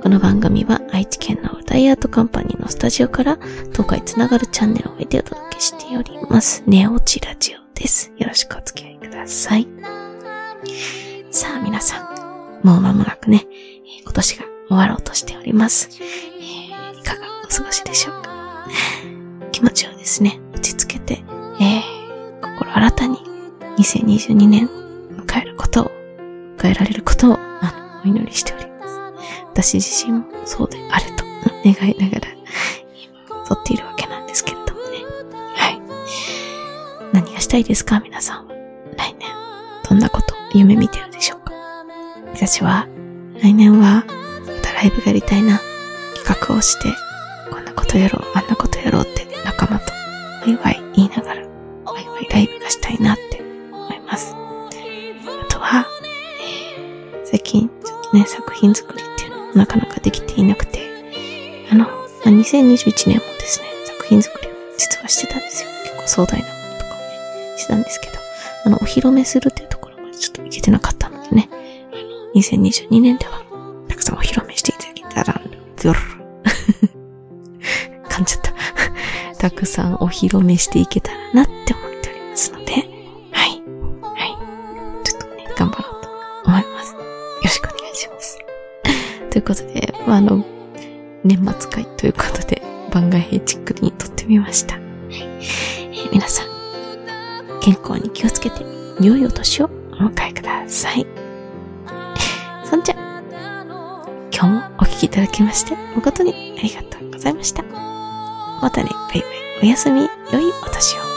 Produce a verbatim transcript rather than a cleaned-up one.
この番組は愛知県のダイアートカンパニーのスタジオから東海つながるチャンネルを得てお届けしております。ネオチラジオです。よろしくお付き合いください。さあ皆さん、もう間もなくね、今年が終わろうとしております。えー、いかがお過ごしでしょうか。気持ちをですね、落ち着けて、えー、心新たににせんにじゅうにねん迎えることを、迎えられることをあのお祈りしております。私自身もそうであれと願いながら今撮っているわけなんですけれどもね。はい。何がしたいですか皆さんは。来年どんなこと夢見てるでしょうか。私は来年はまたライブがやりたいな、企画をしてこんなことやろうあんなことやろうって仲間とワイワイ言いながらワイワイライブがしたいなって思います。あとは、えー、最近ちょっとね作品作りっていうのもなかなかできていなくて、あの、まあ、にせんにじゅういちねんもですね作品作りを実はしてたんですよ。結構壮大なものとかをねしてたんですけど、あのお披露目するっていうところまでちょっといけてなかったのでね、あのにせんにじゅうにねんではたくさんお披露目していただけたらギョル噛んじゃったたくさんお披露目していけたらなって思っておりますので、はいはいちょっとね頑張ろうと思います。よろしくお願いしますということで、まあ、あの年末会ということで番外編チックに撮ってみました。はい、えー、皆さん健康に気をつけて良いお年をお迎えください。そんじゃ今日もお聞きいただきまして誠にありがとうございました。またね、バイバイ、おやすみ、良いお年を。